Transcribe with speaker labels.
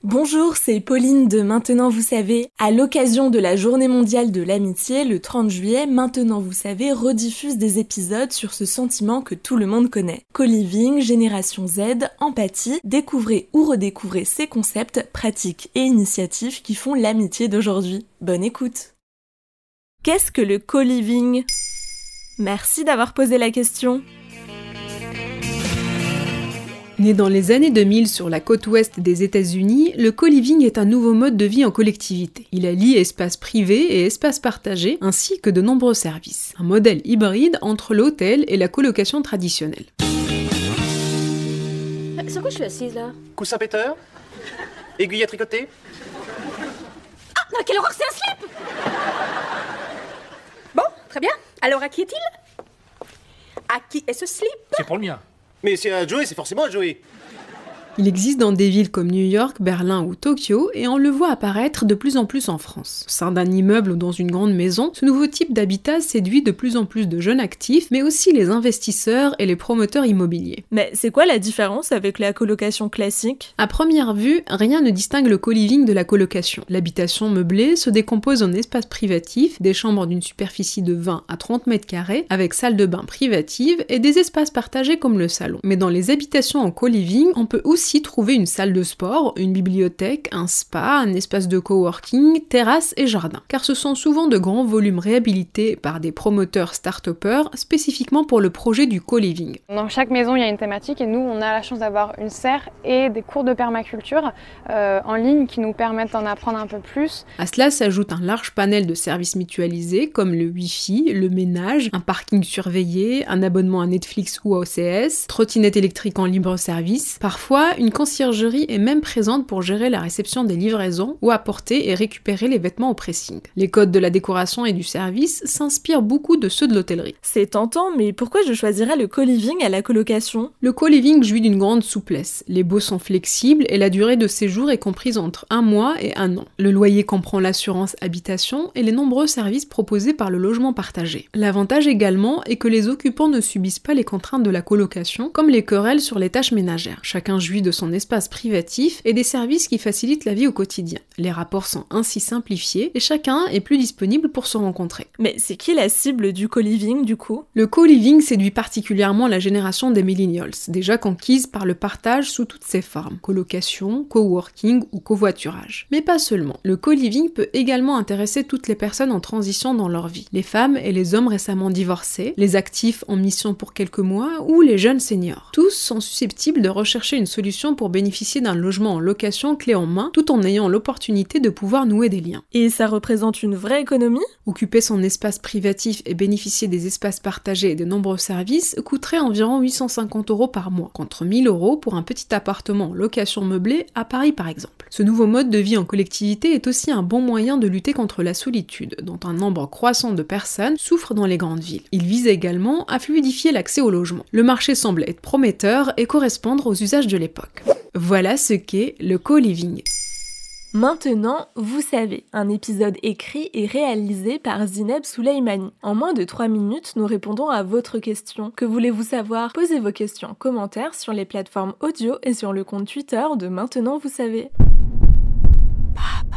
Speaker 1: Bonjour, c'est Pauline de Maintenant Vous Savez. À l'occasion de la Journée mondiale de l'amitié, le 30 juillet, Maintenant Vous Savez rediffuse des épisodes sur ce sentiment que tout le monde connaît. Co-living, génération Z, empathie, découvrez ou redécouvrez ces concepts, pratiques et initiatives qui font l'amitié d'aujourd'hui. Bonne écoute. Qu'est-ce que le co-living ? Merci d'avoir posé la question.
Speaker 2: Né dans les années 2000 sur la côte ouest des États-Unis, le co-living est un nouveau mode de vie en collectivité. Il allie espace privé et espace partagé, ainsi que de nombreux services. Un modèle hybride entre l'hôtel et la colocation traditionnelle.
Speaker 3: Sur quoi je suis assise là ?
Speaker 4: Coussin péteur ? Aiguille à tricoter ?
Speaker 3: Ah non, quelle horreur, c'est un slip ! Bon, très bien. Alors à qui est-il ? À qui est ce slip ?
Speaker 4: C'est pour le mien. Mais c'est à Joey, c'est forcément à Joey.
Speaker 2: Il existe dans des villes comme New York, Berlin ou Tokyo, et on le voit apparaître de plus en plus en France. Au sein d'un immeuble ou dans une grande maison, ce nouveau type d'habitat séduit de plus en plus de jeunes actifs, mais aussi les investisseurs et les promoteurs immobiliers.
Speaker 1: Mais c'est quoi la différence avec la colocation classique ?
Speaker 2: À première vue, rien ne distingue le co-living de la colocation. L'habitation meublée se décompose en espaces privatifs, des chambres d'une superficie de 20 à 30 mètres carrés, avec salle de bain privative et des espaces partagés comme le salon. Mais dans les habitations en co-living, on peut aussi trouver une salle de sport, une bibliothèque, un spa, un espace de coworking, terrasse et jardin. Car ce sont souvent de grands volumes réhabilités par des promoteurs start-upers spécifiquement pour le projet du co-living.
Speaker 5: Dans chaque maison, il y a une thématique et nous, on a la chance d'avoir une serre et des cours de permaculture en ligne qui nous permettent d'en apprendre un peu plus.
Speaker 2: À cela s'ajoute un large panel de services mutualisés comme le Wi-Fi, le ménage, un parking surveillé, un abonnement à Netflix ou à OCS, trottinette électrique en libre service. Parfois, une conciergerie est même présente pour gérer la réception des livraisons ou apporter et récupérer les vêtements au pressing. Les codes de la décoration et du service s'inspirent beaucoup de ceux de l'hôtellerie.
Speaker 1: C'est tentant, mais pourquoi je choisirais le co-living à la colocation ?
Speaker 2: Le co-living jouit d'une grande souplesse. Les baux sont flexibles et la durée de séjour est comprise entre 1 mois et 1 an. Le loyer comprend l'assurance habitation et les nombreux services proposés par le logement partagé. L'avantage également est que les occupants ne subissent pas les contraintes de la colocation, comme les querelles sur les tâches ménagères. Chacun jouit de son espace privatif et des services qui facilitent la vie au quotidien. Les rapports sont ainsi simplifiés et chacun est plus disponible pour se rencontrer.
Speaker 1: Mais c'est qui la cible du co-living du coup ?
Speaker 2: Le co-living séduit particulièrement la génération des millennials, déjà conquise par le partage sous toutes ses formes, colocation, coworking ou covoiturage. Mais pas seulement. Le co-living peut également intéresser toutes les personnes en transition dans leur vie. Les femmes et les hommes récemment divorcés, les actifs en mission pour quelques mois ou les jeunes seniors. Tous sont susceptibles de rechercher une solution pour bénéficier d'un logement en location clé en main, tout en ayant l'opportunité de pouvoir nouer des liens.
Speaker 1: Et ça représente une vraie économie ?
Speaker 2: Occuper son espace privatif et bénéficier des espaces partagés et de nombreux services coûterait environ 850 € par mois, contre 1 000 € pour un petit appartement en location meublée à Paris par exemple. Ce nouveau mode de vie en collectivité est aussi un bon moyen de lutter contre la solitude, dont un nombre croissant de personnes souffrent dans les grandes villes. Il vise également à fluidifier l'accès au logement. Le marché semble être prometteur et correspondre aux usages de l'époque. Voilà ce qu'est le co-living.
Speaker 1: Maintenant, vous savez, un épisode écrit et réalisé par Zineb Souleimani. En moins de 3 minutes, nous répondons à votre question. Que voulez-vous savoir ? Posez vos questions en commentaire sur les plateformes audio et sur le compte Twitter de Maintenant Vous Savez.